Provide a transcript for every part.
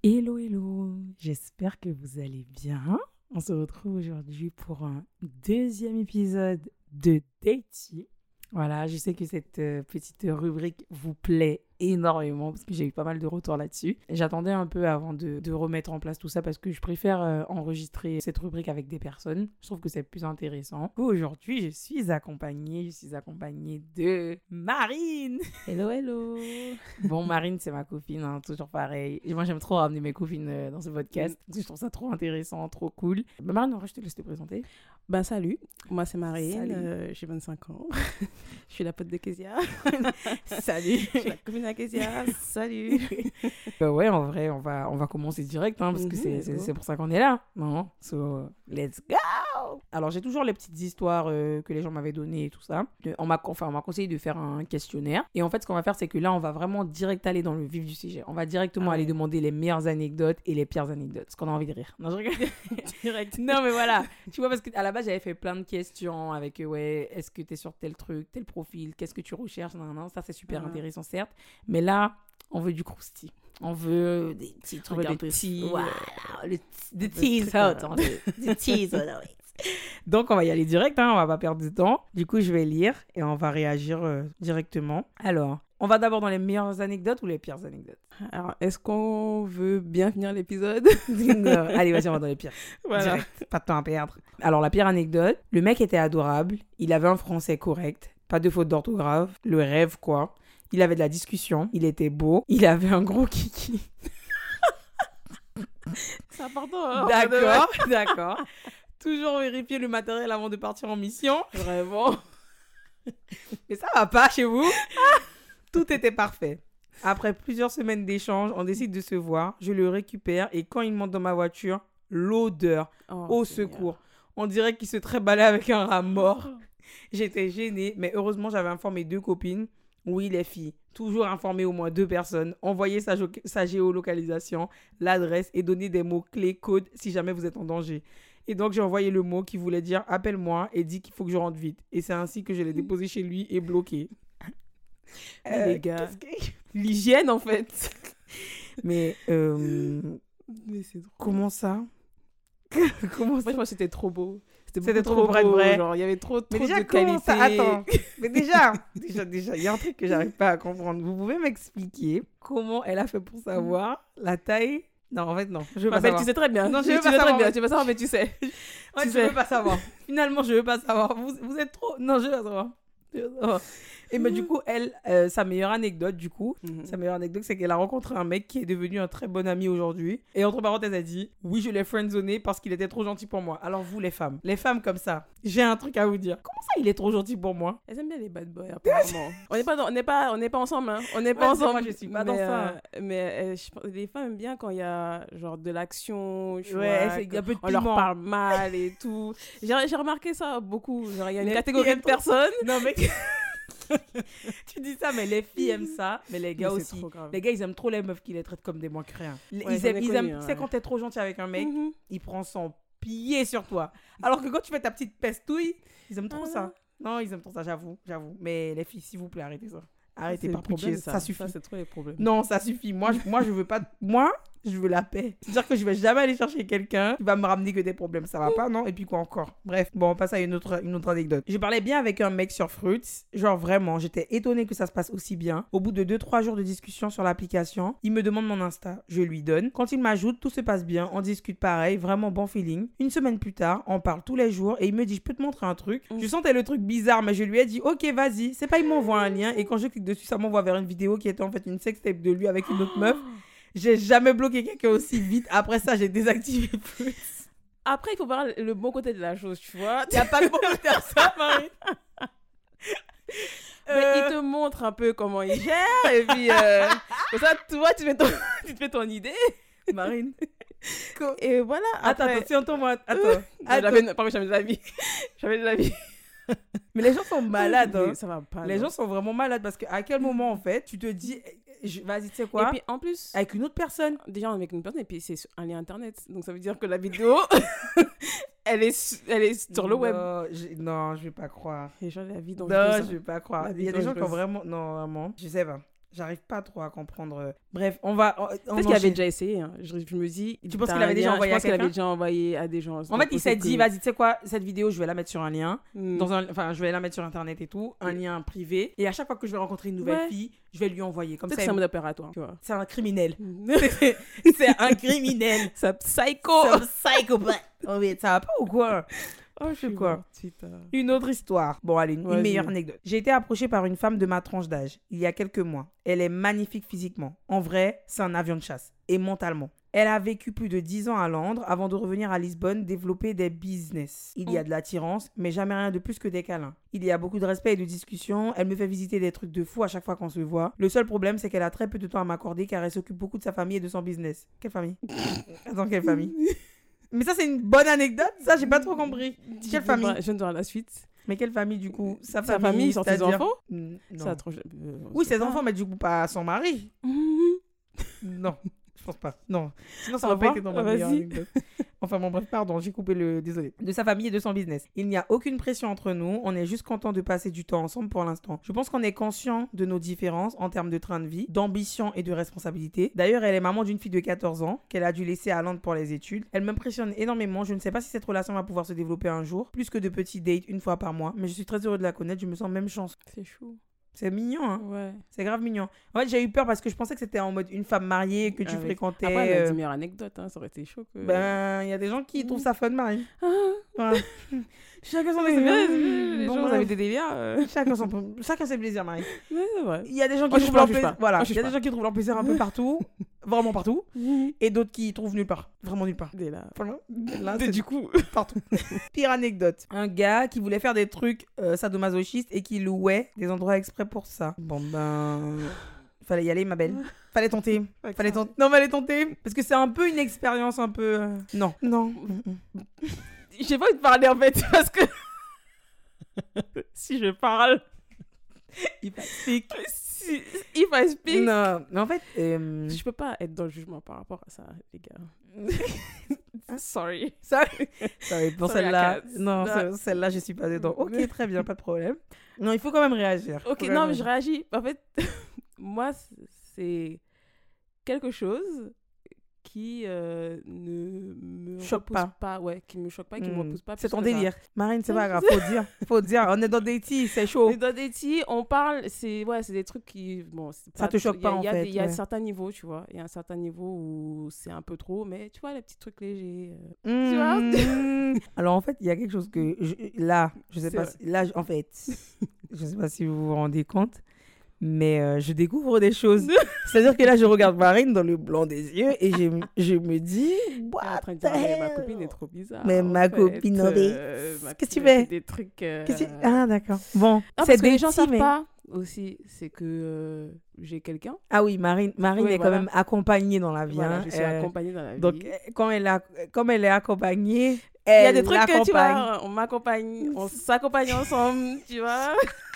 Hello, hello, j'espère que vous allez bien. On se retrouve aujourd'hui pour un deuxième épisode de Datey. Voilà, je sais que cette petite rubrique vous plaît énormément parce que j'ai eu pas mal de retours là-dessus. J'attendais un peu avant de remettre en place tout ça parce que je préfère enregistrer cette rubrique avec des personnes. Je trouve que c'est plus intéressant. Aujourd'hui, je suis accompagnée de Marine. Hello, hello. Bon, Marine, c'est ma copine, hein, toujours pareil. Et moi, j'aime trop ramener mes copines dans ce podcast parce que je trouve ça trop intéressant, trop cool. Bah, Marine, en vrai, je te laisse te présenter. Ben salut, moi c'est Marine, Salut. j'ai 25 ans. Je suis la pote de Kezia. Salut. Je suis la copine de Kezia. Salut. Ouais, en vrai, on va commencer direct hein, parce que c'est pour ça qu'on est là. Non, so, let's go. Alors, j'ai toujours les petites histoires que les gens m'avaient données et tout ça. On m'a conseillé de faire un questionnaire. Et en fait, ce qu'on va faire, c'est que là, on va vraiment direct aller dans le vif du sujet. On va directement aller demander les meilleures anecdotes et les pires anecdotes. Parce qu'on a envie de rire. Non, je rigole. Direct. Non, mais voilà. Tu vois, parce qu'à la base, j'avais fait plein de questions avec, ouais, est-ce que t'es sur tel truc, tel profil, qu'est-ce que tu recherches, non, ça c'est super intéressant, certes. Mais là, on veut du croustillant. On veut des petits trucs un peu... des teasers. Des teasers, Donc, on va y aller direct, hein, on va pas perdre de temps. Du coup, je vais lire et on va réagir directement. Alors, on va d'abord dans les meilleures anecdotes ou les pires anecdotes? Alors, est-ce qu'on veut bien finir l'épisode? Allez, vas-y, on va dans les pires. Voilà. Direct, pas de temps à perdre. Alors, la pire anecdote, le mec était adorable, il avait un français correct, pas de faute d'orthographe, le rêve quoi. Il avait de la discussion, il était beau, il avait un gros kiki. C'est important, hein? D'accord. Toujours vérifier le matériel avant de partir en mission. Vraiment. Mais ça va pas chez vous? Tout était parfait. Après plusieurs semaines d'échanges, on décide de se voir. Je le récupère et quand il monte dans ma voiture, l'odeur, au secours. On dirait qu'il se tréballait avec un rat mort. J'étais gênée, mais heureusement, j'avais informé 2 copines. Oui, les filles, toujours informer au moins 2 personnes, envoyer sa géolocalisation, l'adresse et donner des mots-clés, codes si jamais vous êtes en danger. Et donc, j'ai envoyé le mot qui voulait dire « appelle-moi » et dit qu'il faut que je rentre vite. Et c'est ainsi que je l'ai déposé chez lui et bloqué. Les gars. L'hygiène, en fait. Mais c'est trop... comment ça? Moi, je pense que c'était trop beau. C'était trop vrai. Genre, il y avait trop mais déjà, de qualité. Ça attends. Mais déjà, il y a un truc que j'arrive pas à comprendre. Vous pouvez m'expliquer comment elle a fait pour savoir la taille? Non, en fait, non. Je veux pas savoir. Tu sais très bien. Non, je veux tu pas sais savoir. très bien. Tu veux savoir, mais tu sais. Ouais, je veux pas savoir. Finalement, je veux pas savoir. Vous êtes trop... Non, je veux pas savoir. Et bah, du coup, elle, sa meilleure anecdote, c'est qu'elle a rencontré un mec qui est devenu un très bon ami aujourd'hui. Et entre parenthèses, elle dit « Oui, je l'ai friendzoné parce qu'il était trop gentil pour moi. » Alors vous, les femmes comme ça, j'ai un truc à vous dire. Comment ça, il est trop gentil pour moi? Elles aiment bien les bad boys, apparemment. on n'est pas ensemble, hein. On n'est pas ensemble. Moi, je suis pas dans ça. Mais je pense, les femmes aiment bien quand il y a genre de l'action, tu vois, il y a un peu de on leur piment. parle mal et tout. J'ai remarqué ça beaucoup. Genre, il y a une catégorie de personnes. Non, mais... tu dis ça, mais les filles aiment ça, mais les gars aussi. Les gars, ils aiment trop les meufs qui les traitent comme des moins créins. Ils aiment, tu sais, quand t'es trop gentil avec un mec, il prend son pied sur toi. Alors que quand tu fais ta petite pestouille, ils aiment trop ça. Non, ils aiment trop ça, j'avoue. Mais les filles, s'il vous plaît, arrêtez ça. Arrêtez par pitié, ça suffit. Ça, c'est trop les problèmes. Non, ça suffit. Moi, je veux pas... Moi, je veux la paix. C'est-à-dire que je vais jamais aller chercher quelqu'un qui va me ramener que des problèmes. Ça va pas, non? Et puis quoi encore? Bref, bon, on passe à une autre anecdote. Je parlais bien avec un mec sur Fruits. Genre vraiment, j'étais étonnée que ça se passe aussi bien. Au bout de 2-3 jours de discussion sur l'application, il me demande mon Insta. Je lui donne. Quand il m'ajoute, tout se passe bien. On discute pareil, vraiment bon feeling. Une semaine plus tard, on parle tous les jours et il me dit, je peux te montrer un truc. Je sentais le truc bizarre, mais je lui ai dit, ok, vas-y. C'est pas, il m'envoie un lien et quand je clique dessus, ça m'envoie vers une vidéo qui était en fait une sextape de lui avec une autre meuf. J'ai jamais bloqué quelqu'un aussi vite. Après ça, j'ai désactivé plus. Après, il faut voir le bon côté de la chose, tu vois. Il n'y a pas de bon côté à ça, Marie. Mais il te montre un peu comment il gère. Et puis, comme ça, toi, tu te fais ton idée. Marine. Et voilà. Attends, si entends-moi. Attends. J'avais de la vie. J'avais de la vie. Mais les gens sont malades. Hein. Ça va pas. Les gens sont vraiment malades parce qu'à quel moment, en fait, tu te dis, vas-y, tu sais quoi? Et puis, en plus, avec une autre personne. Déjà, avec une personne, et puis c'est un lien internet. Donc, ça veut dire que la vidéo, elle est sur le web. Non, je vais pas croire. Les gens, la vie dangereuse. Non, je vais pas croire. Il y a des gens qui ont vraiment... Non, vraiment. Je sais pas. J'arrive pas trop à comprendre. Bref, on va. Peut-être qu'il avait déjà essayé. Hein. Je me dis. Tu penses qu'il avait déjà envoyé à quelqu'un? Je pense qu'il avait déjà envoyé à des gens. En fait, il s'est dit, vas-y, tu sais quoi, cette vidéo, je vais la mettre sur un lien. Mm. Enfin, je vais la mettre sur Internet et tout, un lien privé. Et à chaque fois que je vais rencontrer une nouvelle fille, je vais lui envoyer. Comme ça, c'est un mode opératoire, tu vois. C'est un criminel. C'est un criminel. C'est un psycho. C'est un psychopathe. Oh, mais ça va pas ou quoi? Oh, je sais quoi. Putain. Une autre histoire. Bon, allez, une meilleure anecdote. J'ai été approchée par une femme de ma tranche d'âge il y a quelques mois. Elle est magnifique physiquement. En vrai, c'est un avion de chasse. Et mentalement. Elle a vécu plus de 10 ans à Londres avant de revenir à Lisbonne développer des business. Il y a de l'attirance, mais jamais rien de plus que des câlins. Il y a beaucoup de respect et de discussion. Elle me fait visiter des trucs de fou à chaque fois qu'on se voit. Le seul problème, c'est qu'elle a très peu de temps à m'accorder car elle s'occupe beaucoup de sa famille et de son business. Quelle famille? Attends, quelle famille? Mais ça, c'est une bonne anecdote. Ça, j'ai pas trop compris. Quelle famille? Je viens de voir la suite. Mais quelle famille, du coup? Sa famille, sur ses enfants? Non. Oui, ses enfants, mais du coup, pas son mari. Non, je pense pas. Non. Sinon, ça aurait pas été dans ma meilleure anecdote. Enfin, bon, bref, pardon, j'ai coupé le... Désolé. De sa famille et de son business. Il n'y a aucune pression entre nous. On est juste content de passer du temps ensemble pour l'instant. Je pense qu'on est conscient de nos différences en termes de train de vie, d'ambition et de responsabilité. D'ailleurs, elle est maman d'une fille de 14 ans qu'elle a dû laisser à Londres pour les études. Elle m'impressionne énormément. Je ne sais pas si cette relation va pouvoir se développer un jour, plus que de petits dates une fois par mois. Mais je suis très heureux de la connaître. Je me sens même chance. C'est chou. C'est mignon, hein? Ouais. C'est grave mignon. En fait, j'ai eu peur parce que je pensais que c'était en mode une femme mariée que tu fréquentais. Après, elle a une meilleure anecdote, hein. Ça aurait été chaud. Ben, il y a des gens qui trouvent ça fun, Marie. Voilà. Chacun son délire. Les gens, vous avez des délires. Chacun ses plaisirs, Marie. Ouais, c'est vrai. Il y a des gens qui trouvent leur plaisir. Voilà. Il y a des gens qui trouvent leur plaisir un peu partout. Vraiment partout. Et d'autres qui trouvent nulle part. Vraiment nulle part. Et là. Voilà. Là, c'est du coup partout. Pire anecdote. Un gars qui voulait faire des trucs sadomasochistes et qui louait des endroits exprès pour ça. Bon, ben. Fallait y aller, ma belle. Fallait tenter. Non, fallait tenter. Parce que c'est un peu une expérience un peu. Non. J'ai pas envie de parler en fait. Parce que. Si je parle. If I speak. If I speak. Non, mais en fait. Je peux pas être dans le jugement par rapport à ça, les gars. Sorry. Pour celle-là. Non, celle-là, je suis pas dedans. Ok, très bien, pas de problème. Non, il faut quand même réagir. Ok, non, mais je réagis. En fait, moi, c'est quelque chose qui ne me choque pas. Ouais, qui me choque pas, qui me repousse pas. C'est ton délire. Marine, c'est pas grave, faut dire. On est dans des tea, c'est chaud. On est dans des tea, on parle, c'est des trucs qui... Bon, ça te choque pas en fait. Il y a un certain niveau, tu vois. Il y a un certain niveau où c'est un peu trop, mais tu vois, les petits trucs légers. Tu vois. Alors en fait, il y a quelque chose que... je sais pas si... Là, en fait, je sais pas si vous vous rendez compte, mais je découvre des choses. C'est-à-dire que là, je regarde Marine dans le blanc des yeux et je me dis, what the hell? Ma copine est trop bizarre. Mais ma copine, qu'est-ce que tu fais? Des trucs... Ah, d'accord. Bon, c'est que les gens savent pas aussi, c'est que j'ai quelqu'un. Ah oui, Marine est quand même accompagnée dans la vie. Voilà, je suis accompagnée dans la vie. Donc, comme elle est accompagnée, il y a des trucs que tu vois, on m'accompagne, on s'accompagne ensemble, tu vois.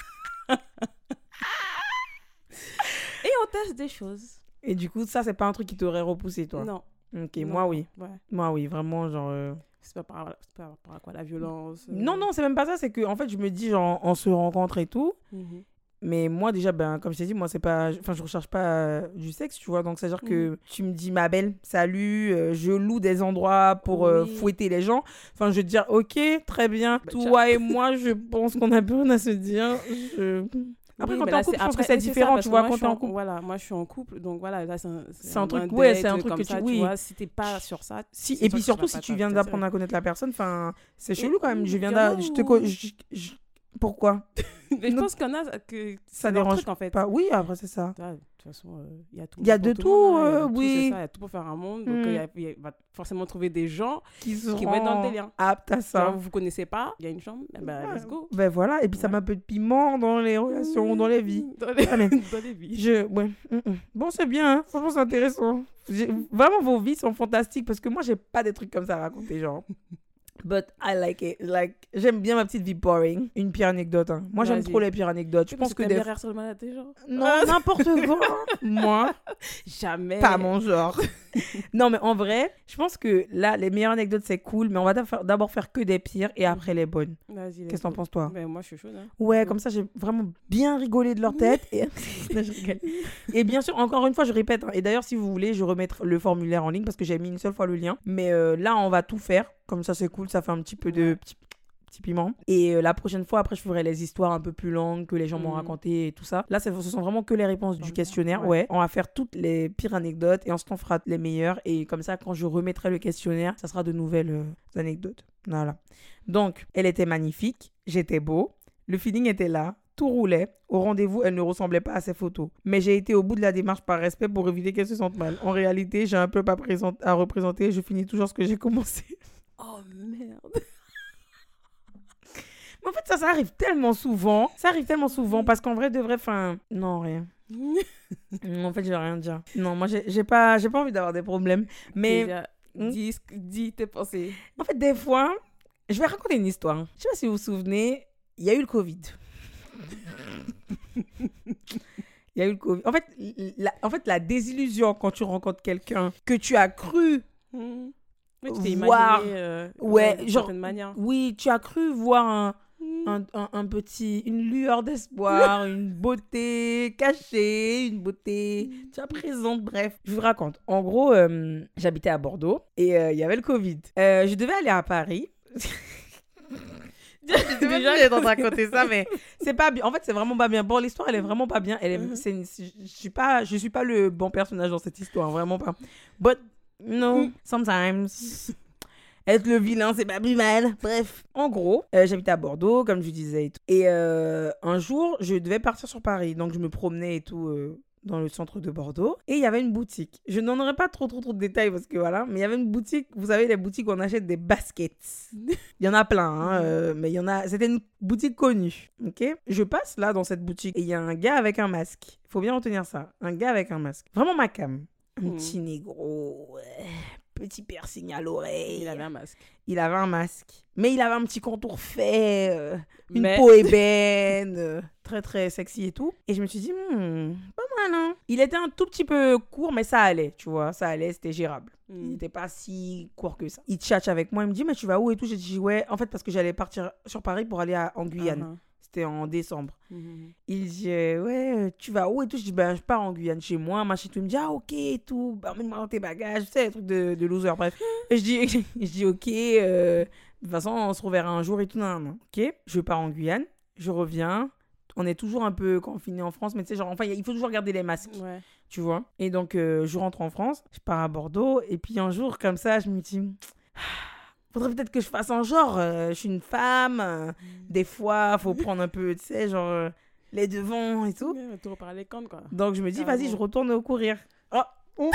Et on teste des choses. Et du coup, ça, c'est pas un truc qui t'aurait repoussé, toi? Non. Ok, non. Moi, oui. Ouais. Moi, oui, vraiment, genre... C'est pas par rapport à quoi, la violence Non, c'est même pas ça. C'est que, en fait, je me dis, genre, on se rencontre et tout. Mais moi, déjà, comme je t'ai dit, moi, c'est pas... Enfin, je recherche pas du sexe, tu vois. Donc, c'est-à-dire que tu me dis, ma belle, salut, je loue des endroits pour fouetter les gens. Enfin, je veux te dire, ok, très bien. Toi et moi, je pense qu'on a plus rien à se dire. Après, quand t'es en couple, je pense que c'est différent, tu vois, quand t'es en couple. Voilà, moi, je suis en couple, donc voilà, là, c'est un truc, c'est un truc que tu vois, si t'es pas sur ça... Et puis surtout, si tu viens d'apprendre à connaître la personne, enfin, c'est chelou quand même. Pourquoi? Mais je pense qu'il y en a que ça dérange truc, en fait. Pas. Oui, après, c'est ça. De toute façon, il y a tout. Il y a de tout, oui. Il y a tout pour faire un monde. Donc, il va forcément trouver des gens qui vont être dans le délire. Aptes à ça. Genre, vous ne connaissez pas, il y a une chambre, let's go. Ben voilà, et puis ça met un peu de piment dans les relations, dans les vies. Dans les vies. Bon, c'est bien, hein. Franchement, c'est intéressant. Vraiment, vos vies sont fantastiques parce que moi, j'ai pas des trucs comme ça à raconter, genre. But I like it. Like, j'aime bien ma petite vie boring. Une pire anecdote. Hein. Moi, j'aime Vas-y. trop les pires anecdotes. Je pense que t'aimes des... les rires sur le maladie, genre. Non, n'importe quoi. Moi, Jamais. pas mon genre. Non, mais en vrai, je pense que là, les meilleures anecdotes, c'est cool. Mais on va d'abord faire que des pires et après les bonnes. Vas-y. Qu'est-ce que t'en penses, toi? Mais moi, je suis chaude. Hein. Ouais, comme ça, j'ai vraiment bien rigolé de leur tête. Et... Non, je rigole. Et bien sûr, encore une fois, je répète. Hein, et d'ailleurs, si vous voulez, je remettrai le formulaire en ligne parce que j'ai mis une seule fois le lien. Mais là, on va tout faire. Comme ça, c'est cool. Ça fait un petit peu de petit piment. Et la prochaine fois, après, je ferai les histoires un peu plus longues que les gens m'ont racontées et tout ça. Là, ce sont vraiment que les réponses du questionnaire. Ouais. On va faire toutes les pires anecdotes et ensuite, on fera les meilleures. Et comme ça, quand je remettrai le questionnaire, ça sera de nouvelles anecdotes. Voilà. Donc, elle était magnifique. J'étais beau. Le feeling était là. Tout roulait. Au rendez-vous, elle ne ressemblait pas à ses photos. Mais j'ai été au bout de la démarche par respect pour éviter qu'elle se sente mal. En réalité, j'ai un peu pas à représenter. Je finis toujours ce que j'ai commencé. Oh merde. Mais en fait, ça arrive tellement souvent. Ça arrive tellement souvent parce qu'en vrai, de vrai, non, rien. En fait, je vais rien dire. Non, moi, j'ai pas envie d'avoir des problèmes. Mais Déjà, dis tes pensées. en fait, des fois, je vais raconter une histoire. Je sais pas si vous vous souvenez, il y a eu le Covid. Il y a eu le Covid. En fait, la désillusion quand tu rencontres quelqu'un que tu as cru Mais tu t'es voir... imaginé ouais, d'une genre... certaine manière. Oui, tu as cru voir une lueur d'espoir, une beauté cachée, une beauté tu vois, présente, bref. Je vous raconte. En gros, j'habitais à Bordeaux et il y avait le Covid. Je devais aller à Paris. Déjà, j'étais en train de raconter ça, mais c'est pas bien. En fait, c'est vraiment pas bien. Bon, l'histoire, elle est vraiment pas bien. Je suis pas le bon personnage dans cette histoire, vraiment pas. But, no, sometimes... Être le vilain, c'est pas plus mal. Bref, en gros, j'habitais à Bordeaux, comme je disais. Et tout. Et un jour, je devais partir sur Paris. Donc, je me promenais et tout dans le centre de Bordeaux. Et il y avait une boutique. Je n'en aurai pas trop de détails parce que voilà. Mais il y avait une boutique. Vous savez, les boutiques où on achète des baskets. Il y en a plein, hein, mais il y en a... C'était une boutique connue. Ok. Je passe là dans cette boutique et il y a un gars avec un masque. Il faut bien retenir ça. Un gars avec un masque. Vraiment ma cam. Un petit négro... petit piercing à l'oreille. Il avait un masque. Il avait un masque. Mais il avait un petit contour fait, une peau ébène, très très sexy et tout. Et je me suis dit, pas mal, hein. Il était un tout petit peu court, mais ça allait, tu vois. Ça allait, c'était gérable. Il n'était pas si court que ça. Il tchatche avec moi, il me dit, mais tu vas où et tout. J'ai dit, ouais, en fait, parce que j'allais partir sur Paris pour aller en Guyane. C'était en décembre. Il dit, ouais, tu vas où et tout. Je dis, ben, je pars en Guyane chez moi, machin tout. Il me dit, ah, ok et tout. Ben, emmène-moi dans tes bagages. Tu sais, les trucs de loser, bref. Et je dis, ok, de toute façon, on se reverra un jour et tout. Non. Ok, je pars en Guyane, je reviens. On est toujours un peu confinés en France, mais tu sais, genre, enfin, il faut toujours garder les masques. Ouais. Tu vois. Et donc, je rentre en France, je pars à Bordeaux. Et puis, un jour, comme ça, je me dis... faudrait peut-être que je fasse un genre, je suis une femme, des fois, faut prendre un peu, tu sais, genre, les devants et tout. Ouais, tout par les cornes, quoi. Donc, je me dis, vas-y, je retourne au courir. Oh.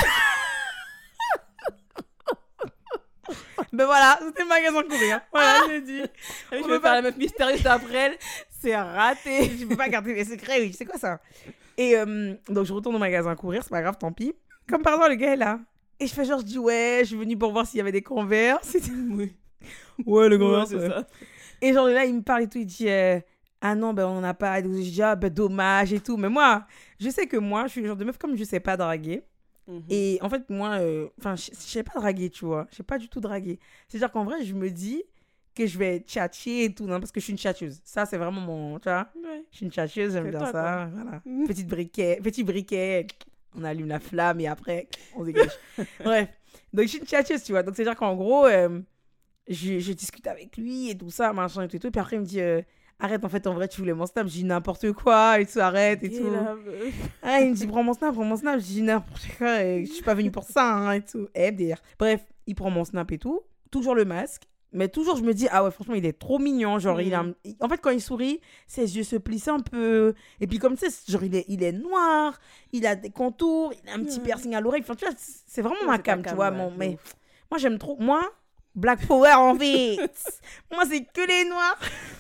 Ben voilà, c'était le magasin courir. Voilà, je l'ai dit. Je vais faire la meuf mystérieuse après elle, c'est raté. Je peux pas garder les secrets, oui, c'est quoi ça? Et donc, je retourne au magasin courir, c'est pas grave, tant pis. Comme par hasard, le gars est là. Et je fais genre, je dis, ouais, je suis venue pour voir s'il y avait des Converse. Oui. Ouais, le Converse, c'est ça. Et genre là, il me parle et tout, il dit, ah non, ben on n'en a pas. Et je dis, ah ben dommage et tout. Mais moi, je sais que moi, je suis le genre de meuf comme je sais pas draguer. Et en fait, moi, je sais pas draguer, tu vois. Je sais pas du tout draguer. C'est-à-dire qu'en vrai, je me dis que je vais tchatcher et tout, non, parce que je suis une tchatcheuse. Ça, c'est vraiment mon, tu vois. Ouais. Je suis une tchatcheuse, j'aime bien ça. Quoi. Voilà. Petit briquet. On allume la flamme et après, on se dégage. Bref. Donc, je suis une tchatcheuse, tu vois. Donc, c'est-à-dire qu'en gros, je discute avec lui et tout ça, machin et tout. Et puis après, il me dit, arrête, en fait, en vrai, tu voulais mon snap. Je dis n'importe quoi et tout, arrête et tout. Ah, il me dit, prends mon snap. Je dis n'importe quoi. Et je suis pas venue pour ça, hein, et tout. MDR. Bref, il prend mon snap et tout. Toujours le masque. Mais toujours, je me dis, ah ouais, franchement, il est trop mignon. Genre, en fait, quand il sourit, ses yeux se plissent un peu. Et puis, comme tu sais, genre, il est noir, il a des contours, il a un petit piercing à l'oreille. Enfin, tu vois, c'est vraiment ma cam, tu vois. Mais moi, j'aime trop. Moi, Black Power en fait. Moi, c'est que les noirs.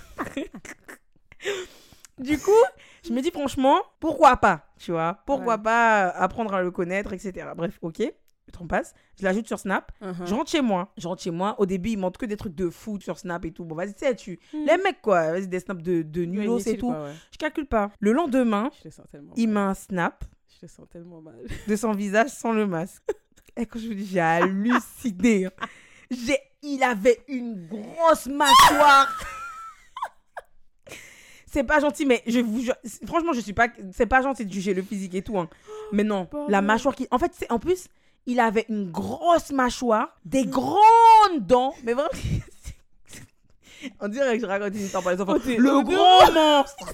Du coup, je me dis, franchement, pourquoi pas, tu vois. Pourquoi pas apprendre à le connaître, etc. Bref, ok. temps passe, je l'ajoute sur Snap, je rentre chez moi. Au début, il montre que des trucs de foot sur Snap et tout. Bon, vas-y, tu sais, les mecs, quoi. Vas-y, des snaps de nulos et tout. Quoi, ouais. Je calcule pas. Le lendemain, il met un snap Je le sens tellement mal. de son visage sans le masque. Et quand je vous dis, j'ai halluciné. Il avait une grosse mâchoire. C'est pas gentil, mais je vous jure, franchement, je suis pas. C'est pas gentil de juger le physique et tout, hein. Mais non, la mâchoire qui. En fait, en plus, il avait une grosse mâchoire, des grandes dents, mais vraiment. On dirait que je raconte une histoire pour les enfants. Le gros monstre.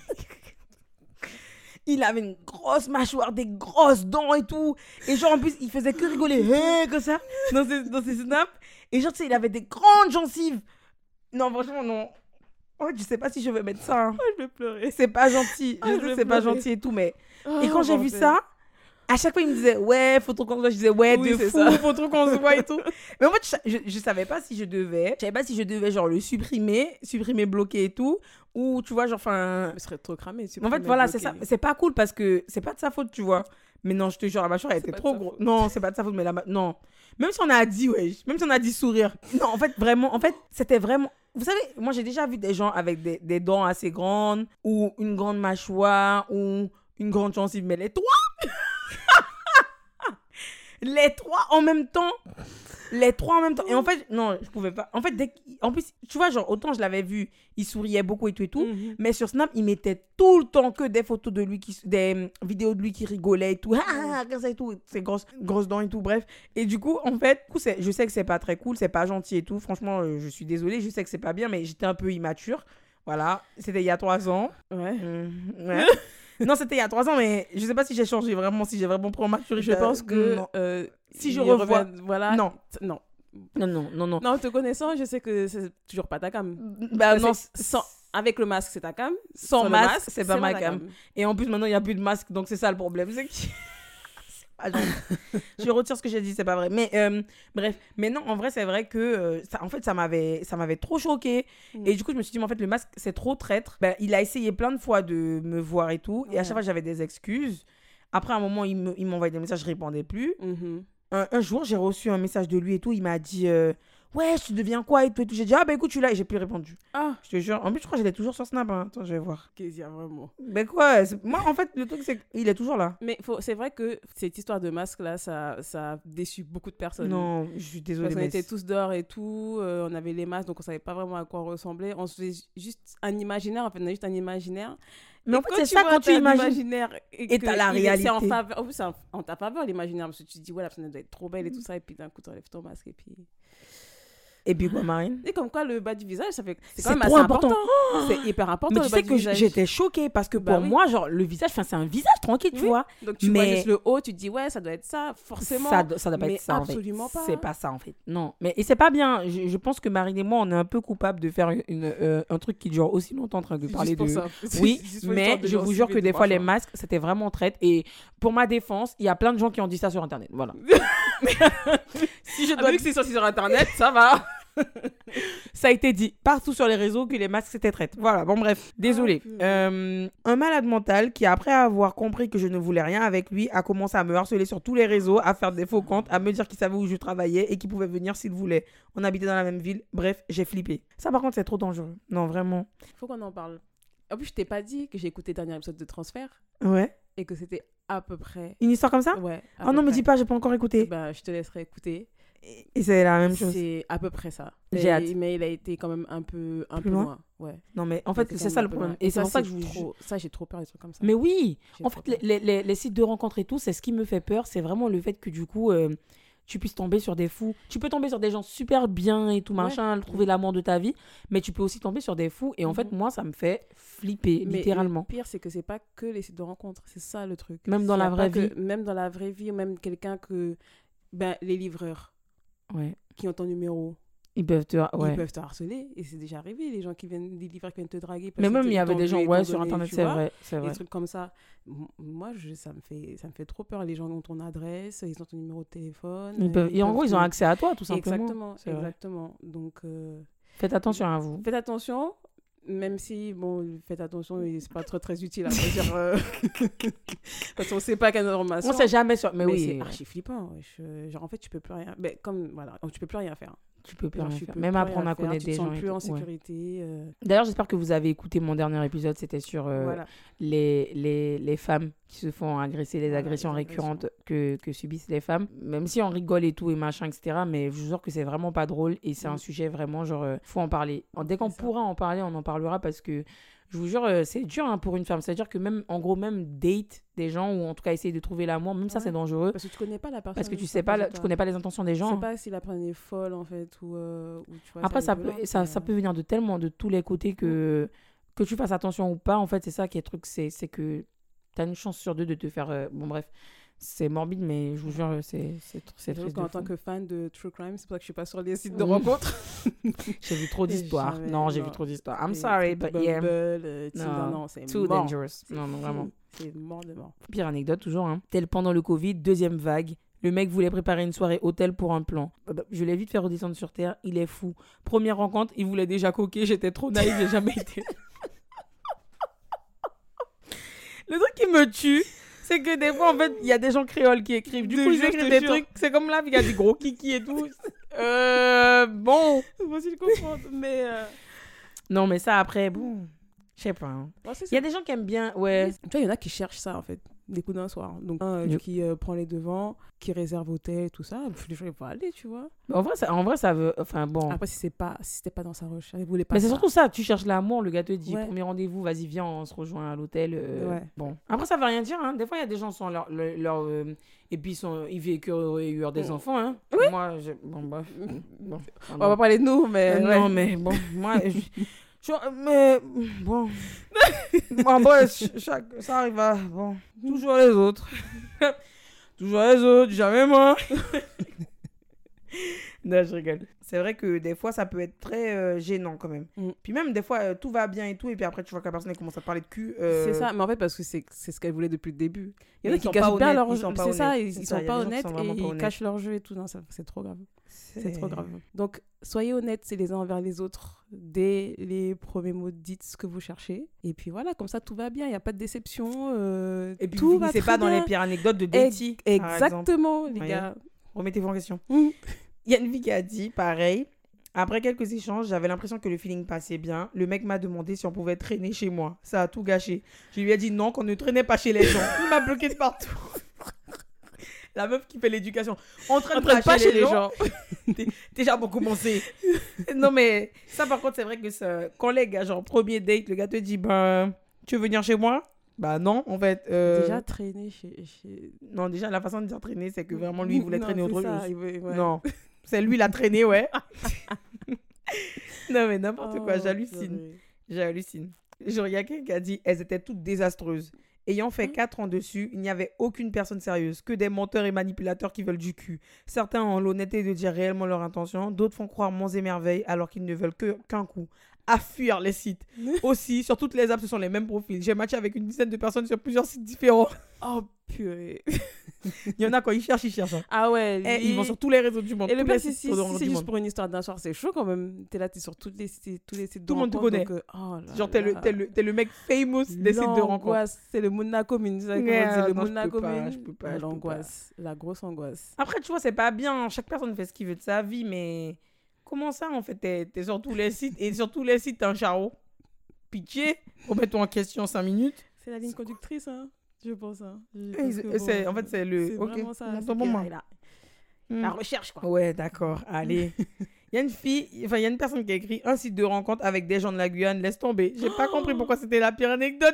Il avait une grosse mâchoire, des grosses dents et tout. Et genre, en plus, il faisait que rigoler comme ça dans ses snaps. Et genre, tu sais, il avait des grandes gencives. Non, franchement, non. En fait, je sais pas si je vais mettre ça. Hein. Oh, je vais pleurer. C'est pas gentil. Je sais que c'est pas gentil et tout, mais... Et quand j'ai vu ça, à chaque fois, il me disait, ouais, faut trop qu'on se voit. Je disais, ouais, oui, de fou, faut trop qu'on se voit et tout. Mais en fait, je savais pas si je devais. Je savais pas si je devais, genre, le supprimer, bloquer et tout. Ou, tu vois, genre, enfin... Je serais trop cramé. En fait, voilà, c'est ça. C'est pas cool parce que c'est pas de sa faute, tu vois. Mais non, je te jure, la mâchoire, elle était trop grosse. Non, c'est pas de sa faute, mais non. Même si on a dit, ouais, même si on a dit sourire. Non, en fait, vraiment, c'était vraiment... Vous savez, moi, j'ai déjà vu des gens avec des dents assez grandes, ou une grande mâchoire, ou une grande gencive, mais les trois les trois en même temps. Et en fait, non, je pouvais pas. En fait, en plus, tu vois, genre, autant je l'avais vu, il souriait beaucoup et tout, mais sur Snap, il mettait tout le temps que des photos de lui, des vidéos de lui qui rigolait et tout, comme ça et tout, ses grosses dents et tout, bref. Et du coup, en fait, je sais que c'est pas très cool, c'est pas gentil et tout. Franchement, je suis désolée, je sais que c'est pas bien, mais j'étais un peu immature. Voilà, c'était il y a 3 ans. Ouais. Ouais. Non, c'était il y a 3 ans, mais je sais pas si j'ai changé vraiment, si j'ai vraiment pris en maturité. Je pense que si je revois... voilà. Non. Non, te connaissant, je sais que c'est toujours pas ta cam. Bah non, avec le masque, c'est ta cam. Sans masque, c'est pas ma cam. Et en plus, maintenant, il n'y a plus de masque, donc c'est ça le problème. C'est que... je retire ce que j'ai dit, c'est pas vrai. Mais bref, mais non, en vrai, c'est vrai que ça m'avait trop choquée. Et du coup, je me suis dit, mais en fait, le masque, c'est trop traître. Ben, il a essayé plein de fois de me voir et tout. Et à chaque fois, j'avais des excuses. Après, à un moment, il m'envoyait des messages, je répondais plus. Un jour, j'ai reçu un message de lui et tout. Il m'a dit, ouais, tu deviens quoi et tout. J'ai dit, ah bah écoute, tu l'as. Et j'ai plus répondu. Ah, je te jure. En plus, je crois que j'étais toujours sur Snap. Hein. Attends, je vais voir. Kezia, vraiment. Ben quoi, moi, en fait, le truc, c'est qu'il est toujours là. Mais c'est vrai que cette histoire de masque-là, ça a déçu beaucoup de personnes. Non, je suis désolée. Parce qu'on était tous dehors et tout. On avait les masques, donc on savait pas vraiment à quoi on ressemblait. On se faisait juste un imaginaire. En fait, on avait juste un imaginaire. Mais en fait, c'est ça quand tu imagines. Et t'as la réalité. C'est en faveur. En plus, c'est en ta faveur, l'imaginaire. Parce que tu te dis, ouais, la personne doit être trop belle et tout ça. Et puis d'un coup, tu enlèves ton masque. Et puis quoi, Marine? Et comme quoi, le bas du visage, c'est quand même trop assez important. C'est hyper important. Mais tu sais que j'étais choquée parce que pour moi, genre, le visage, c'est un visage tranquille, tu vois. Donc tu vois juste le haut, tu te dis, ouais, ça doit être ça, forcément. Ça doit pas être ça, en fait. Absolument pas. C'est pas ça, en fait. Non. Et c'est pas bien. Je pense que Marine et moi, on est un peu coupables de faire un truc qui dure aussi longtemps en train de parler de... Oui, mais je vous jure que des fois, les masques, c'était vraiment traite. Et pour ma défense, il y a plein de gens qui ont dit ça sur Internet. Voilà. Si je dois... Vu que c'est sorti sur Internet, ça va. Ça a été dit partout sur les réseaux que les masques c'était traite. Voilà, bon bref, désolé. Un malade mental qui après avoir compris que je ne voulais rien avec lui a commencé à me harceler sur tous les réseaux, à faire des faux comptes, à me dire qu'il savait où je travaillais et qu'il pouvait venir s'il voulait. On habitait dans la même ville, bref, j'ai flippé. Ça par contre c'est trop dangereux. Non, vraiment. Faut qu'on en parle. En plus je t'ai pas dit que j'ai écouté le dernier épisode de Transfert. Ouais. Et que c'était à peu près... Une histoire comme ça? Ouais. Oh non, me dis pas, j'ai pas encore écouté. Bah je te laisserai écouter. Et c'est la même chose. C'est à peu près ça. J'ai hâte. Mais il a été quand même un peu loin. Ouais. Non, mais en fait, c'est ça le problème. Et c'est pour ça que j'ai trop peur des trucs comme ça. Mais oui, en fait, les sites de rencontres et tout, c'est ce qui me fait peur. C'est vraiment le fait que du coup, tu puisses tomber sur des fous. Tu peux tomber sur des gens super bien et tout, machin, trouver l'amour de ta vie. Mais tu peux aussi tomber sur des fous. Et en fait, moi, ça me fait flipper, littéralement. Le pire, c'est que c'est pas que les sites de rencontres. C'est ça le truc. Même dans la vraie vie. Même dans la vraie vie, ou même quelqu'un que... Ben, les livreurs. Ouais. Qui ont ton numéro, ils peuvent te harceler, et c'est déjà arrivé, les livreurs qui viennent te draguer. Mais même il y avait des gens sur internet, c'est vrai. Des trucs comme ça. Moi, ça me fait trop peur. Les gens ont ton adresse, ils ont ton numéro de téléphone. Et en gros, ils ont accès à toi, tout simplement. Exactement. Donc, faites attention à vous. Faites attention, Même si, bon, faites attention, c'est pas très, très utile à vrai dire. Parce qu'on sait pas quelle information. On sait jamais sur... Mais oui. c'est archi flippant. Genre, en fait, tu peux plus rien... Mais comme, voilà, tu peux plus rien faire. Tu peux plus Genre, rien tu faire. peux Même plus apprendre rien à connaître des faire, gens. Tu te sens et plus en tout, ouais. sécurité. D'ailleurs, j'espère que vous avez écouté mon dernier épisode. C'était sur Voilà. les femmes qui se font agresser, les Voilà, agressions les récurrentes que subissent les femmes. Même si on rigole et tout et machin, etc. Mais je vous jure que c'est vraiment pas drôle et c'est un sujet vraiment genre, faut en parler. Dès qu'on C'est ça. pourra en parler, on en parlera parce que je vous jure, c'est dur hein, pour une femme. C'est-à-dire que même, en gros, même date des gens ou en tout cas essayer de trouver l'amour, même ça Ouais. c'est dangereux. Parce que tu connais pas la personne. Parce que tu ça sais pas, passe tu toi. connais pas les intentions des Tu gens. sais pas si la personne est folle en fait ou tu vois. Après, ça ça est peut, violente, ça peut venir de tous les côtés que tu fasses attention ou pas. En fait, c'est ça qui est le truc, c'est que tu as une chance sur deux de te faire... bon, bref, c'est morbide, mais je vous jure, c'est J'avoue triste. qu'en tant que fan de True Crime, c'est pour ça que je suis pas sur les sites de rencontres. J'ai vu trop d'histoires. Jamais, Non, j'ai non. vu trop d'histoires. I'm Les sorry, trucs but de yeah. Bumble, Non, Tinder, non, c'est Too mort. dangerous. Non, non, vraiment. C'est mort de mort. Pire anecdote, toujours. Hein. Tel pendant le Covid, deuxième vague. Le mec voulait préparer une soirée hôtel pour un plan. Je l'ai vite fait redescendre sur terre. Il est fou. Première rencontre, il voulait déjà coquer. J'étais trop naïve, j'ai jamais été. Le truc qui me tue, c'est que des fois, en fait, il y a des gens créoles qui écrivent. Du coup, ils écrivent des trucs. C'est comme là, il y a du gros kiki et tout. Bon. C'est facile de comprendre, mais. Non, mais ça, après, bon. Je sais pas. Hein. Ouais, c'est Il y a ça. des gens qui aiment bien. Ouais. Tu vois, il y en a qui cherchent ça en fait, des coups d'un soir. Donc, un Yep. qui prend les devants, qui réserve hôtel, tout ça. Puis les gens, ils vont aller, tu vois. En vrai, ça veut. Enfin, bon. Après, si c'était pas dans sa recherche, il voulait pas. Mais c'est ça. surtout ça, tu cherches l'amour, le gars te dit Ouais. premier rendez-vous, vas-y viens, on se rejoint à l'hôtel. Ouais. Bon. Après ça veut rien dire, hein. Des fois il y a des gens qui sont et puis ils vivent heureux et eurent des enfants, hein. Oui. Moi, bon bref. Bon. On va pas parler de nous, mais. ouais. Non mais bon, moi, mais bon, bon ça arrive à bon, toujours les autres, toujours les autres, jamais moi. Non, je rigole. C'est vrai que des fois, ça peut être très gênant quand même. Mm. Puis même, des fois, tout va bien et tout, et puis après, tu vois que la personne elle commence à te parler de cul. C'est ça, mais en fait, parce que c'est ce qu'elle voulait depuis le début. Il y en Mais a ils qui sont cachent pas bien honnêtes, leur ils jeu. sont pas C'est ça, honnêtes. ils C'est sont ça, il y a pas des gens qui honnêtes sont vraiment et pas ils honnêtes. cachent leur jeu et tout. Non, c'est trop grave. C'est trop grave. Donc, soyez honnêtes, c'est les uns envers les autres dès les premiers mots. Dites ce que vous cherchez. Et puis voilà, comme ça, tout va bien. Il n'y a pas de déception. Et puis, tout va c'est très pas dans bien. les pires anecdotes de dating. par exemple. Exactement, les Voyez. gars. Remettez-vous en question. Mm. Il y a une fille qui a dit, pareil, après quelques échanges, j'avais l'impression que le feeling passait bien. Le mec m'a demandé si on pouvait traîner chez moi. Ça a tout gâché. Je lui ai dit non, qu'on ne traînait pas chez les gens. Il m'a bloqué de partout. La meuf qui fait l'éducation. On traîne pas chez les gens. Déjà pour commencer. Non mais ça par contre c'est vrai que ça, quand les gars, genre premier date, le gars te dit ben tu veux venir chez moi? Bah non en fait. Déjà traîner chez... Non déjà la façon de dire traîner c'est que vraiment lui il voulait Non, traîner c'est autre ça, chose. ouais. Non. C'est lui l'a traîné ouais. Non mais n'importe Oh, quoi, j'hallucine. purée. J'hallucine. Genre, il y a quelqu'un qui a dit elles étaient toutes désastreuses. Ayant fait 4 ans dessus, il n'y avait aucune personne sérieuse, que des menteurs et manipulateurs qui veulent du cul. Certains ont l'honnêteté de dire réellement leur intention, d'autres font croire monts et merveilles alors qu'ils ne veulent qu'un coup. À fuir les sites. Aussi, sur toutes les apps, ce sont les mêmes profils. J'ai matché avec une dizaine de personnes sur plusieurs sites différents. Oh purée. Il y en a quand ils cherchent. Hein. Ah ouais. Et ils vont sur tous les réseaux du monde. Et le tous pire, les c'est sites si du c'est juste monde. pour une histoire d'un soir, c'est chaud quand même. T'es là, t'es sur tous les sites de Tout le monde te rencontres, connaît. donc, oh là Genre, t'es le mec famous des sites de rencontres. L'angoisse, c'est le Mouna commune. C'est Ouais, le non, je Mouna peux pas, commune. je peux pas. L'angoisse, la grosse angoisse. Après, tu vois, c'est pas bien. Chaque personne fait ce qu'il veut de sa vie, mais comment ça, en fait, t'es sur tous les sites et sur tous les sites, t'es un charreau. Pitié, remets-toi en question 5 minutes. C'est la ligne conductrice, hein, je pense. Hein. En fait, c'est le... C'est Ok, vraiment ça. bon, c'est bon, bon, qu'il y a Hmm. la recherche, quoi. Ouais, d'accord, allez. Il y a une fille, enfin, il y a une personne qui a écrit un site de rencontre avec des gens de la Guyane, laisse tomber. J'ai pas compris pourquoi c'était la pire anecdote.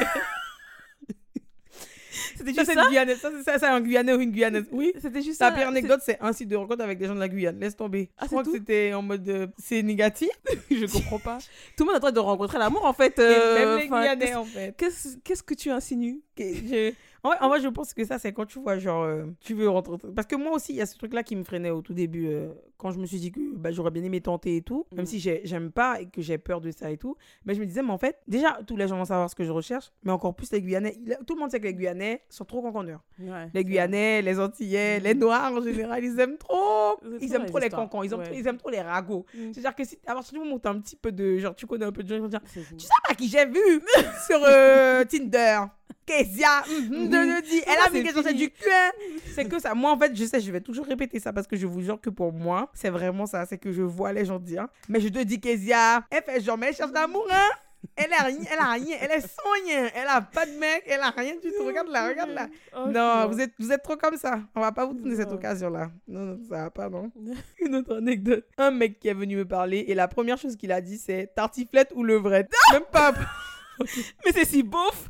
C'était juste une Guyanaise. Ça, c'est un Guyanais ou une Guyanaise. Oui. C'était juste La ça. pire anecdote, c'est un site de rencontre avec des gens de la Guyane. Laisse tomber. Ah, Je crois c'est que tout c'était en mode c'est négatif. Je comprends pas. Tout le monde est en train de rencontrer l'amour, en fait. Et même les enfin, Guyanais, en fait. Qu'est-ce que tu insinues? En vrai, je pense que ça, c'est quand tu vois, genre, tu veux rentrer. Parce que moi aussi, il y a ce truc-là qui me freinait au tout début, quand je me suis dit que j'aurais bien aimé tenter et tout, même si j'aime pas et que j'ai peur de ça et tout. Mais je me disais, mais en fait, déjà, tous les gens vont savoir ce que je recherche, mais encore plus les Guyanais. Tout le monde sait que les Guyanais sont trop cancanneurs. Ouais, Les Guyanais, les Antillais, les Noirs en général, ils aiment trop. Ils aiment trop les histoires. cancans, ils aiment trop les ragots. C'est-à-dire que si, à partir du moment où t'as un petit peu de. Genre, tu connais un peu de gens, ils vont dire, tu sais pas qui j'ai vu sur Tinder. Kezia, elle a mis quelque chose du cul. C'est que ça. Moi, en fait, je sais, je vais toujours répéter ça parce que je vous jure que pour moi, c'est vraiment ça. C'est que je vois les gens dire, mais je te dis, Kezia, elle fait genre, mais elle cherche l'amour, hein. Elle a rien, elle est sans rien, elle a pas de mec, elle a rien du tout. Regarde là. Oh, Non, vous êtes trop comme ça. On va pas vous donner cette occasion-là. Non, ça va pas, non. Une autre anecdote. Un mec qui est venu me parler et la première chose qu'il a dit, c'est tartiflette ou levrette. Même pas. Mais c'est si beauf.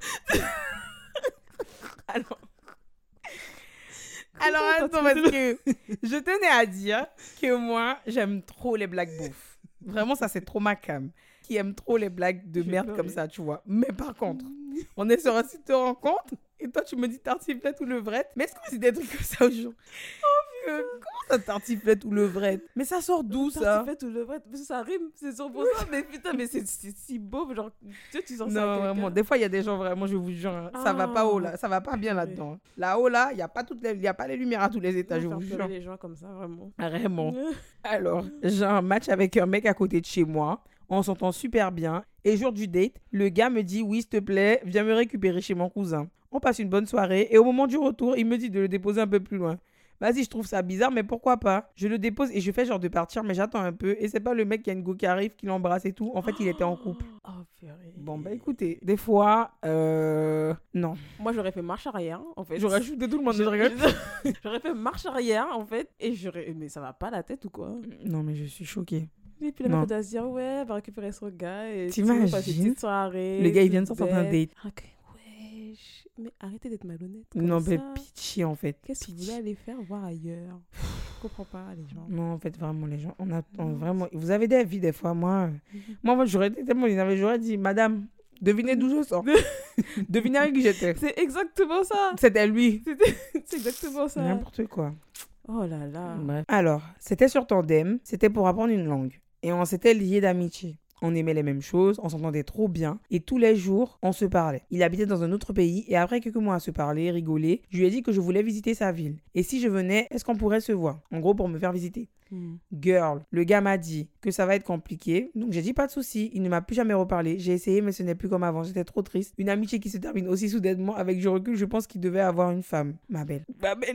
Alors attends, parce que je tenais à dire que moi, j'aime trop les blagues beaufs. Vraiment, ça, c'est trop ma cam. Qui aime trop les blagues de merde comme ça, tu vois. Mais par contre, on est sur un site de rencontre et toi, tu me dis tartiflette ou levrette. Mais est-ce que c'est des trucs comme ça aujourd'hui? Comment ça, tartiflette ou levrette? Mais ça sort d'où, ça? Tartiflette ou levrette, parce que ça rime, c'est 100%. Mais putain, mais c'est si beau, genre, tu sens ça. Non, vraiment, des fois, il y a des gens, vraiment, je vous jure, ça va pas haut, là. Ça va pas bien là-dedans. Là-haut, là, il n'y a pas les lumières à tous les étages, je vous jure. Les gens comme ça, vraiment. Vraiment. Alors, j'ai un match avec un mec à côté de chez moi. On s'entend super bien. Et jour du date, le gars me dit « Oui, s'il te plaît, viens me récupérer chez mon cousin. » On passe une bonne soirée. Et au moment du retour, il me dit de le déposer un peu plus loin. Vas-y, je trouve ça bizarre, mais pourquoi pas? Je le dépose et je fais genre de partir, mais j'attends un peu. Et c'est pas le mec qui a une go qui arrive, qui l'embrasse et tout. En fait, il était en couple. Oh, purée. Bon, bah écoutez, des fois, non. Moi, j'aurais fait marche arrière, en fait. J'aurais ajouté tout le monde. J'aurais fait marche arrière, en fait. Et mais ça va pas la tête ou quoi? Non, mais je suis choquée. Et puis la meuf doit se dire, ouais, elle va récupérer son gars. Et t'imagines? Soirée, le gars, il vient de sortir d'un date. Ok, wesh. Mais arrêtez d'être malhonnête. Non, mais ça. pitié, en fait. Qu'est-ce que vous voulez aller faire voir ailleurs? Je comprends pas, les gens. Non, en fait, vraiment, les gens, vraiment... Vous avez des vies, des fois, moi, j'aurais été tellement énervée, j'aurais dit, madame, devinez d'où je sors. Devinez avec qui j'étais. C'est exactement ça. C'était lui. C'est exactement ça. N'importe quoi. Oh là là. Bref. Alors, c'était sur Tandem, c'était pour apprendre une langue. Et on s'était liés d'amitié. On aimait les mêmes choses, on s'entendait trop bien. Et tous les jours, on se parlait. Il habitait dans un autre pays et après quelques mois à se parler, rigoler, je lui ai dit que je voulais visiter sa ville. Et si je venais, est-ce qu'on pourrait se voir? En gros, pour me faire visiter. Girl, le gars m'a dit que ça va être compliqué. Donc j'ai dit pas de souci. Il ne m'a plus jamais reparlé. J'ai essayé, mais ce n'est plus comme avant. J'étais trop triste. Une amitié qui se termine aussi soudainement. Avec du recul, je pense qu'il devait avoir une femme. Ma belle.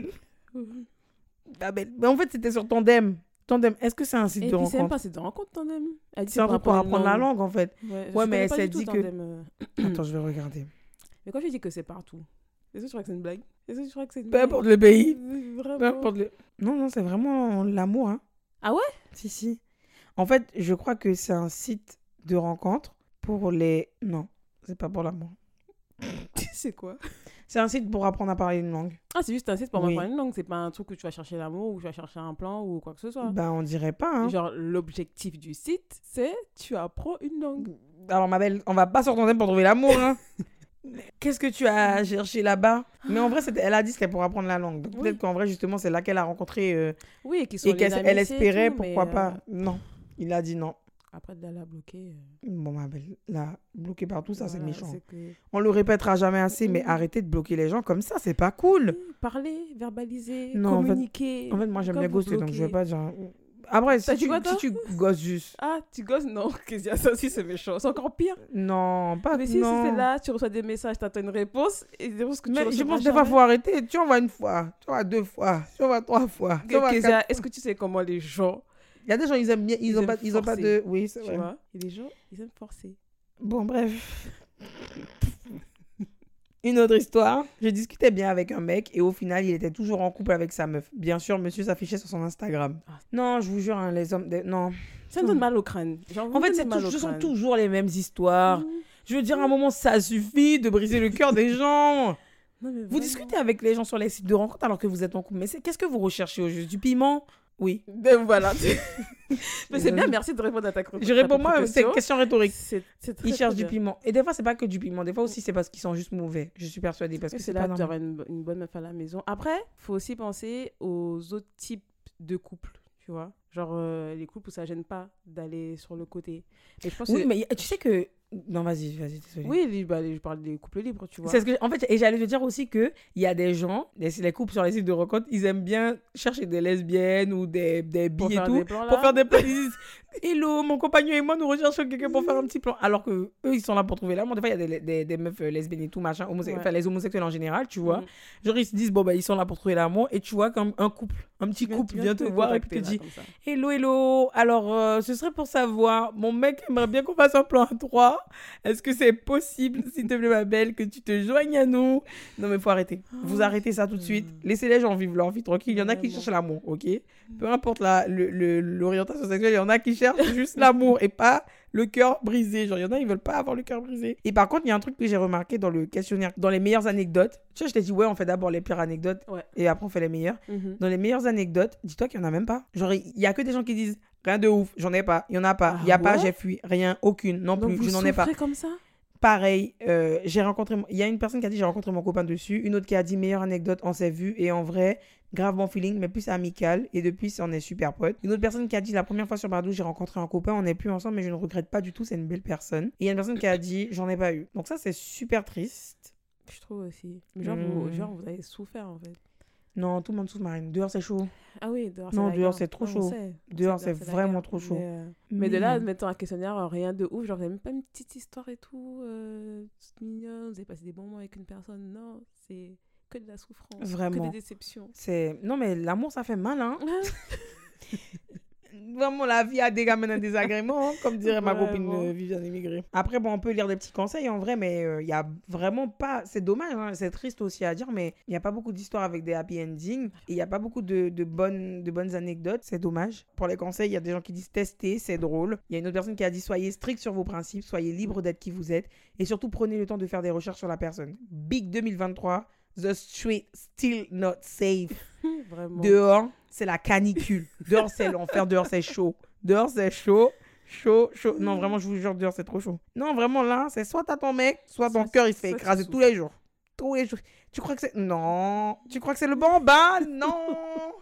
Mais en fait, c'était sur Tandem. Tandem, est-ce que c'est un site de rencontre? C'est même pas un site de rencontre, Tandem. C'est un truc pour apprendre la langue, en fait. Ouais, mais elle s'est dit que... Tandem, Attends, je vais regarder. Mais quand je dis que c'est partout, est-ce que tu crois que c'est une blague? Peu importe le pays. Vraiment. Peu importe le... Non, c'est vraiment l'amour. Hein. Ah ouais? Si. En fait, je crois que c'est un site de rencontre pour les... Non, c'est pas pour l'amour. C'est quoi? C'est un site pour apprendre à parler une langue. Ah, c'est juste un site pour apprendre une langue. C'est pas un truc où tu vas chercher l'amour ou tu vas chercher un plan ou quoi que ce soit. Ben, on dirait pas. Hein. Genre, l'objectif du site, c'est tu apprends une langue. Alors, ma belle, on va pas sortir pour trouver l'amour. Hein. Qu'est-ce que tu as cherché là-bas? Mais en vrai, elle a dit que c'était pour apprendre la langue. Donc, peut-être qu'en vrai, justement, c'est là qu'elle a rencontré. Oui, et qu'elle espérait, pourquoi pas. Non, il a dit non. Après, de la bloquer. Bon, ma belle, là, bloquer partout, ça, c'est méchant. Que... On le répétera jamais assez, mais arrêtez de bloquer les gens comme ça, c'est pas cool. Parler, verbaliser, non, communiquer. En fait, moi, j'aime bien ghoster, donc je vais pas dire... Après, si tu gosses juste... Ah, tu gosses? Non, ça aussi, c'est méchant. C'est encore pire. Non, pas... Mais si c'est là, tu reçois des messages, t'attends une réponse, et des réponses que tu reçois. Je pense que des fois, il faut arrêter. Tu envoies une fois, tu envoies 2 fois, tu envoies 3 fois. Est-ce que tu sais comment les gens... Il y a des gens, ils aiment bien, ils ont pas de... Oui, c'est vrai. Tu vois, il y a des gens, ils aiment forcer. Bon, bref. Une autre histoire. Je discutais bien avec un mec et au final, il était toujours en couple avec sa meuf. Bien sûr, monsieur s'affichait sur son Instagram. Non, je vous jure, hein, les hommes... Non. Ça me donne mal au crâne. En fait, ce sont toujours les mêmes histoires. Je veux dire, à un moment, ça suffit de briser le cœur des gens. Non, vous discutez avec les gens sur les sites de rencontres alors que vous êtes en couple. Mais qu'est-ce que vous recherchez au juste? Du piment? Oui. Donc, voilà. Mais c'est bien, merci de répondre à ta question. Je réponds moi, c'est une question rhétorique. C'est très, Ils cherchent très du bien. piment. Et des fois, c'est pas que du piment. Des fois aussi, c'est parce qu'ils sont juste mauvais. Je suis persuadée. Parce que C'est c'est là pas que tu normal. auras une bonne meuf à la maison. Après, faut aussi penser aux autres types de couples, tu vois. Genre les couples où ça gêne pas d'aller sur le côté. Et je pense Oui, que... mais tu sais que. Non, vas-y, désolé. Oui, je parle des couples libres, tu vois. C'est ce que, en fait, et j'allais te dire aussi qu'il y a des gens, les couples sur les sites de rencontres, ils aiment bien chercher des lesbiennes ou des Pour bi et faire tout. des plans, Pour là. faire des plans. Ils disent hello, mon compagnon et moi, nous recherchons quelqu'un pour faire un petit plan. Alors que eux, ils sont là pour trouver l'amour. Des fois, il y a des meufs lesbiennes et tout, machin. Ouais. Enfin, les homosexuels en général, tu vois. Mhm. Genre, ils se disent, bon, bah, ils sont là pour trouver l'amour. Et tu vois, comme un couple, un petit couple vient te voir et puis te contacter, dit là, comme ça. hello, hello. Alors, ce serait pour savoir, mon mec aimerait bien qu'on fasse un plan à 3. Est-ce que c'est possible, s'il te plaît, ma belle, que tu te joignes à nous? Non, mais faut arrêter. Vous arrêtez ça tout de suite. Laissez les gens vivre leur vie tranquille. Il y en a qui Vraiment. cherchent l'amour, ok? Peu importe l'orientation sexuelle, il y en a qui cherchent juste l'amour et pas le cœur brisé. Genre, il y en a, ils veulent pas avoir le cœur brisé. Et par contre, il y a un truc que j'ai remarqué dans le questionnaire, dans les meilleures anecdotes. Tu sais, je t'ai dit, ouais, on fait d'abord les pires anecdotes Ouais. et après on fait les meilleures. Mhm. Dans les meilleures anecdotes, dis-toi qu'il y en a même pas. Genre, il y a que des gens qui disent rien de ouf, j'en ai pas, il y en a pas, Ah il y a pas, ouais? j'ai fui, rien, aucune, non Donc plus, vous je n'en ai pas. souffrez comme ça? Pareil, j'ai rencontré, il y a une personne qui a dit j'ai rencontré mon copain dessus, une autre qui a dit meilleure anecdote, on s'est vu et en vrai, grave bon feeling, mais plus amical et depuis on est super potes. Une autre personne qui a dit la première fois sur Badoo j'ai rencontré un copain, on n'est plus ensemble mais je ne regrette pas du tout, c'est une belle personne. Et il y a une personne qui a dit j'en ai pas eu. Donc ça c'est super triste. Je trouve aussi. Mais genre, vous avez souffert en fait. Non, tout le monde sous-marine. Dehors c'est chaud. Ah oui, dehors, Non, la dehors, guerre. c'est trop Non, chaud. on sait. Dehors c'est la vraiment guerre. trop chaud. Mais de là, admettons un questionnaire, rien de ouf, genre vous avez même pas une petite histoire et tout, toute mignonne, vous avez passé des bons moments avec une personne, non, c'est que de la souffrance, Vraiment. que des déceptions. Non mais l'amour ça fait mal hein. Vraiment, la vie a des gamins un désagrément, hein, comme dirait ma copine Viviane Immigré. Après, bon, on peut lire des petits conseils en vrai, mais il y a vraiment pas. C'est dommage, hein, c'est triste aussi à dire, mais il n'y a pas beaucoup d'histoires avec des happy endings. Et il n'y a pas beaucoup de bonnes anecdotes. C'est dommage. Pour les conseils, il y a des gens qui disent tester, c'est drôle. Il y a une autre personne qui a dit soyez strict sur vos principes, soyez libre d'être qui vous êtes. Et surtout, prenez le temps de faire des recherches sur la personne. Big 2023. The street still not safe. Vraiment. Dehors, c'est la canicule. Dehors, c'est l'enfer. Dehors, c'est chaud. Dehors, c'est chaud. Chaud. Non, vraiment, je vous jure, dehors, c'est trop chaud. Non, vraiment, là, c'est soit t'as ton mec, soit ton cœur, il se fait écraser tous les jours. Tous les jours. Tu crois que c'est... Non. Tu crois que c'est le bon bas? Non.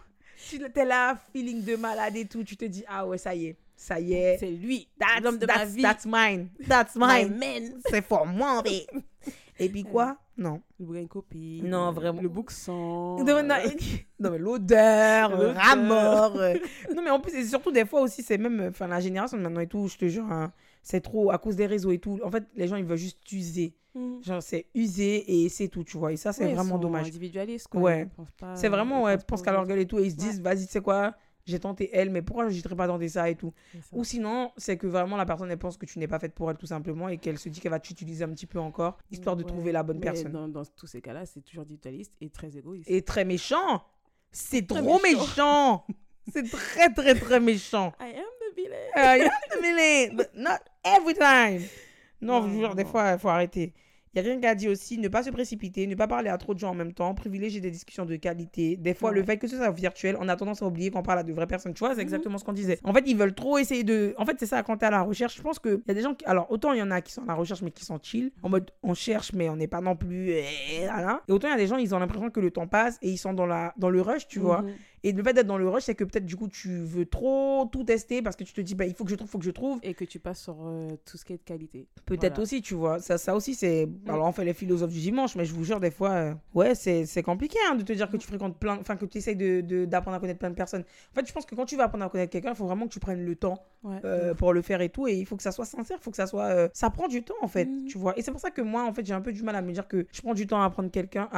T'es là, feeling de malade et tout. Tu te dis, ah ouais, ça y est. Ça y est. C'est lui, l'homme de ma vie. That's mine. That's mine. My man. C'est pour moi, en fait. Et puis quoi? Non. Le bouquin copine. Non, vraiment. Le bouc sang. Non, mais l'odeur, le rat mort. Non, mais en plus, et surtout, des fois aussi, c'est même, enfin, la génération de maintenant et tout, je te jure, hein, c'est trop, à cause des réseaux et tout. En fait, les gens, ils veulent juste user. Genre, c'est user et c'est tout, tu vois. Et ça, c'est vraiment dommage. Individualiste, quoi. Ouais. C'est vraiment, ouais, pense qu'à leur gueule et tout. Et ils se disent, vas-y, tu sais quoi, j'ai tenté elle, mais pourquoi je ne pas tenter ça et tout. Ou sinon, c'est que vraiment la personne, elle pense que tu n'es pas faite pour elle tout simplement et qu'elle se dit qu'elle va t'utiliser un petit peu encore, histoire de trouver la bonne personne. Dans tous ces cas-là, c'est toujours individualiste et très égoïste. Et très méchant. C'est trop méchant. C'est très, très, très méchant. I am the villain. I am the villain, but not every time. Non, je vous jure, des fois, il faut arrêter. Il y a quelqu'un qui a dit aussi ne pas se précipiter, ne pas parler à trop de gens en même temps, privilégier des discussions de qualité. Des fois, le fait que ce soit virtuel, on a tendance à oublier qu'on parle à de vraies personnes. Tu vois, c'est exactement ce qu'on disait. En fait, ils veulent trop essayer de... En fait, c'est ça, quand t'es à la recherche, je pense qu'il y a des gens qui... Alors, autant il y en a qui sont à la recherche, mais qui sont chill. En mode, on cherche, mais on n'est pas non plus... Voilà. Et autant il y a des gens, ils ont l'impression que le temps passe et ils sont dans le rush, tu vois. Et le fait d'être dans le rush, c'est que peut-être du coup, tu veux trop tout tester parce que tu te dis, bah, il faut que je trouve. Et que tu passes sur tout ce qui est de qualité. Peut-être aussi, tu vois. Ça aussi, c'est... Alors, on fait les philosophes du dimanche, mais je vous jure, des fois, ouais, c'est compliqué hein, de te dire que tu fréquentes plein... Enfin, que tu essayes d'apprendre à connaître plein de personnes. En fait, je pense que quand tu vas apprendre à connaître quelqu'un, il faut vraiment que tu prennes le temps pour le faire et tout. Et il faut que ça soit sincère, il faut que ça soit... Ça prend du temps, en fait, tu vois. Et c'est pour ça que moi, en fait, j'ai un peu du mal à me dire que je prends du temps à apprendre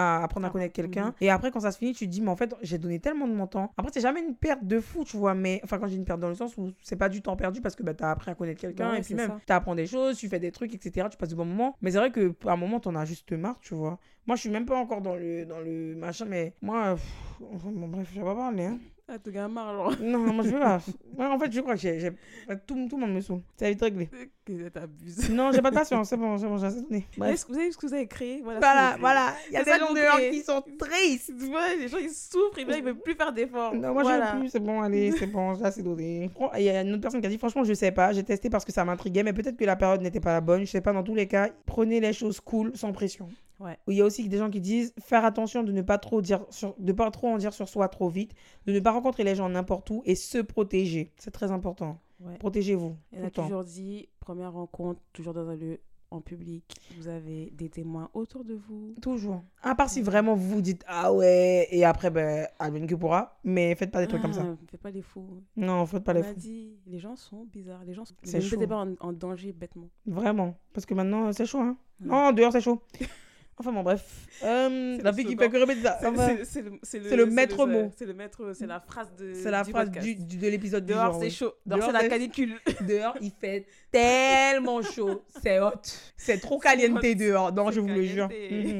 à connaître quelqu'un. Et après, quand ça se finit, tu te dis, mais en fait, j'ai donné tellement de mon temps. Après, c'est jamais une perte de fou, tu vois. Mais enfin, quand j'ai une perte dans le sens où c'est pas du temps perdu parce que bah, t'as appris à connaître quelqu'un et puis même t'apprends des choses, tu fais des trucs, etc. Tu passes de bons moments. Mais c'est vrai que à un moment, t'en as juste marre, tu vois. Moi, je suis même pas encore dans le machin, mais moi, bon, bref, je vais pas parler. Hein. Ah, tu gagnes marre, genre. Non, moi je veux pas. Moi, en fait, je crois que tout le monde me saoule. Ça va vite réglé. Que t'abuses. Non, j'ai pas de patience. C'est bon, j'ai assez donné. Bref. Vous savez ce que vous avez créé? Voilà. Voilà. Il y a C'est des ça que gens vous dehors créez. qui sont tristes. Tu vois, les gens ils souffrent et bien ils veulent plus faire d'efforts. Non, moi je veux plus. C'est bon, allez, c'est bon, j'ai assez donné. Il y a une autre personne qui a dit franchement, je sais pas. J'ai testé parce que ça m'intriguait, mais peut-être que la période n'était pas la bonne. Je sais pas, dans tous les cas, prenez les choses cool, sans pression. Ouais. Il y a aussi des gens qui disent faire attention de ne pas trop en dire sur soi trop vite, de ne pas rencontrer les gens n'importe où et se protéger. C'est très important. Ouais. Protégez-vous. Elle a toujours dit, première rencontre, toujours dans un lieu en public, vous avez des témoins autour de vous. Toujours. À part si vraiment vous vous dites ah ouais, et après, ben, advienne que pourra, mais faites pas des trucs comme ça. Faites pas les fous. Non, faites pas les On a fous. dit, les gens sont bizarres. Les gens sont... C'est chaud. Vous mettez pas en danger bêtement. Vraiment. Parce que maintenant, c'est chaud, hein. Ouais. Non, dehors, c'est chaud. Enfin bon, bref. La fille qui fait que répéter ça. C'est le maître mot. C'est la phrase de. C'est la phrase de l'épisode du Dehors, genre. c'est chaud. Dehors, c'est la canicule. Dehors, il fait tellement chaud. C'est hot. C'est trop caliente dehors. Non, je vous le jure.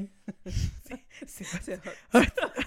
C'est hot.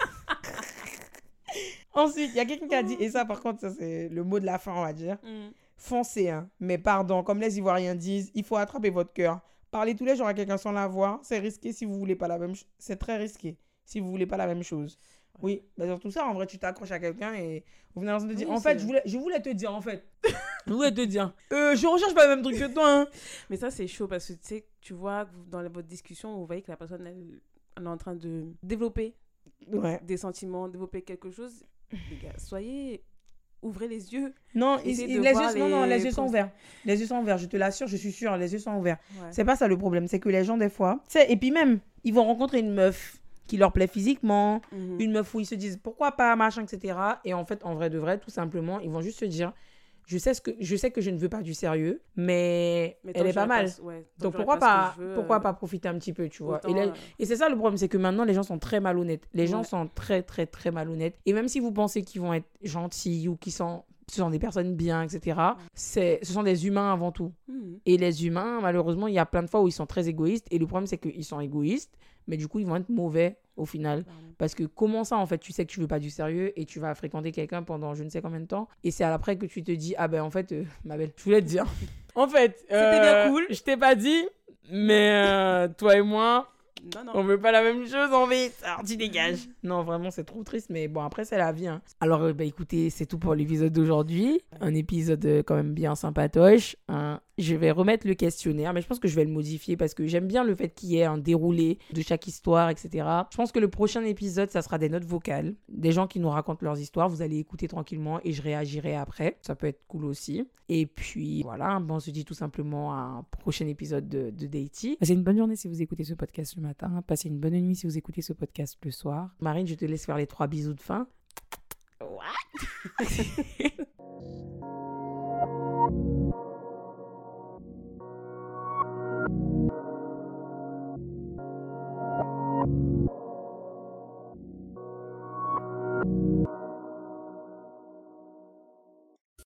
Ensuite, il y a quelqu'un qui a dit, et ça par contre, ça c'est le mot de la fin, on va dire. Foncez, hein. Mais pardon, comme les Ivoiriens disent, il faut attraper votre cœur. Parler tous les jours à quelqu'un sans la voir, c'est risqué si vous voulez pas la même chose. C'est très risqué si vous voulez pas la même chose. Oui, bah sur tout ça, en vrai, tu t'accroches à quelqu'un et au final, on te dit, en fait, je voulais te dire, en fait. Je voulais te dire. Je recherche pas le même truc que toi, hein. Mais ça, c'est chaud parce que tu sais, tu vois, dans votre discussion, vous voyez que la personne, elle est en train de développer des sentiments, développer quelque chose. Les gars, ouvrez les yeux. Non, les yeux sont ouverts. Les yeux sont ouverts, je te l'assure, je suis sûre, les yeux sont ouverts. Ouais. C'est pas ça le problème, c'est que les gens, des fois, tu sais, et puis même, ils vont rencontrer une meuf qui leur plaît physiquement, une meuf où ils se disent pourquoi pas, machin, etc. Et en fait, en vrai de vrai, tout simplement, ils vont juste se dire, je sais que je ne veux pas du sérieux, mais elle est pas mal. Donc pourquoi pas profiter un petit peu, tu vois. Et c'est ça le problème, c'est que maintenant les gens sont très malhonnêtes. Les gens sont très très très malhonnêtes. Et même si vous pensez qu'ils vont être gentils ou ce sont des personnes bien, etc. Ce sont des humains avant tout. Et les humains, malheureusement, il y a plein de fois où ils sont très égoïstes. Et le problème, c'est qu'ils sont égoïstes, mais du coup, ils vont être mauvais au final. Parce que comment ça, en fait, tu sais que tu veux pas du sérieux et tu vas fréquenter quelqu'un pendant je ne sais combien de temps. Et c'est après que tu te dis, ah ben en fait, ma belle, je voulais te dire. En fait, c'était bien cool. Je t'ai pas dit, mais toi et moi... Non. On veut pas la même chose, on veut. Alors tu dégages. Non, vraiment, c'est trop triste, mais bon, après, c'est la vie. Hein. Alors, écoutez, c'est tout pour l'épisode d'aujourd'hui. Un épisode quand même bien sympatoche. Je vais remettre le questionnaire, mais je pense que je vais le modifier parce que j'aime bien le fait qu'il y ait un déroulé de chaque histoire, etc. Je pense que le prochain épisode, ça sera des notes vocales, des gens qui nous racontent leurs histoires. Vous allez écouter tranquillement et je réagirai après. Ça peut être cool aussi. Et puis, voilà, on se dit tout simplement à un prochain épisode de Daty. Passez une bonne journée si vous écoutez ce podcast le matin. Passez une bonne nuit si vous écoutez ce podcast le soir. Marine, je te laisse faire les 3 bisous de fin. What?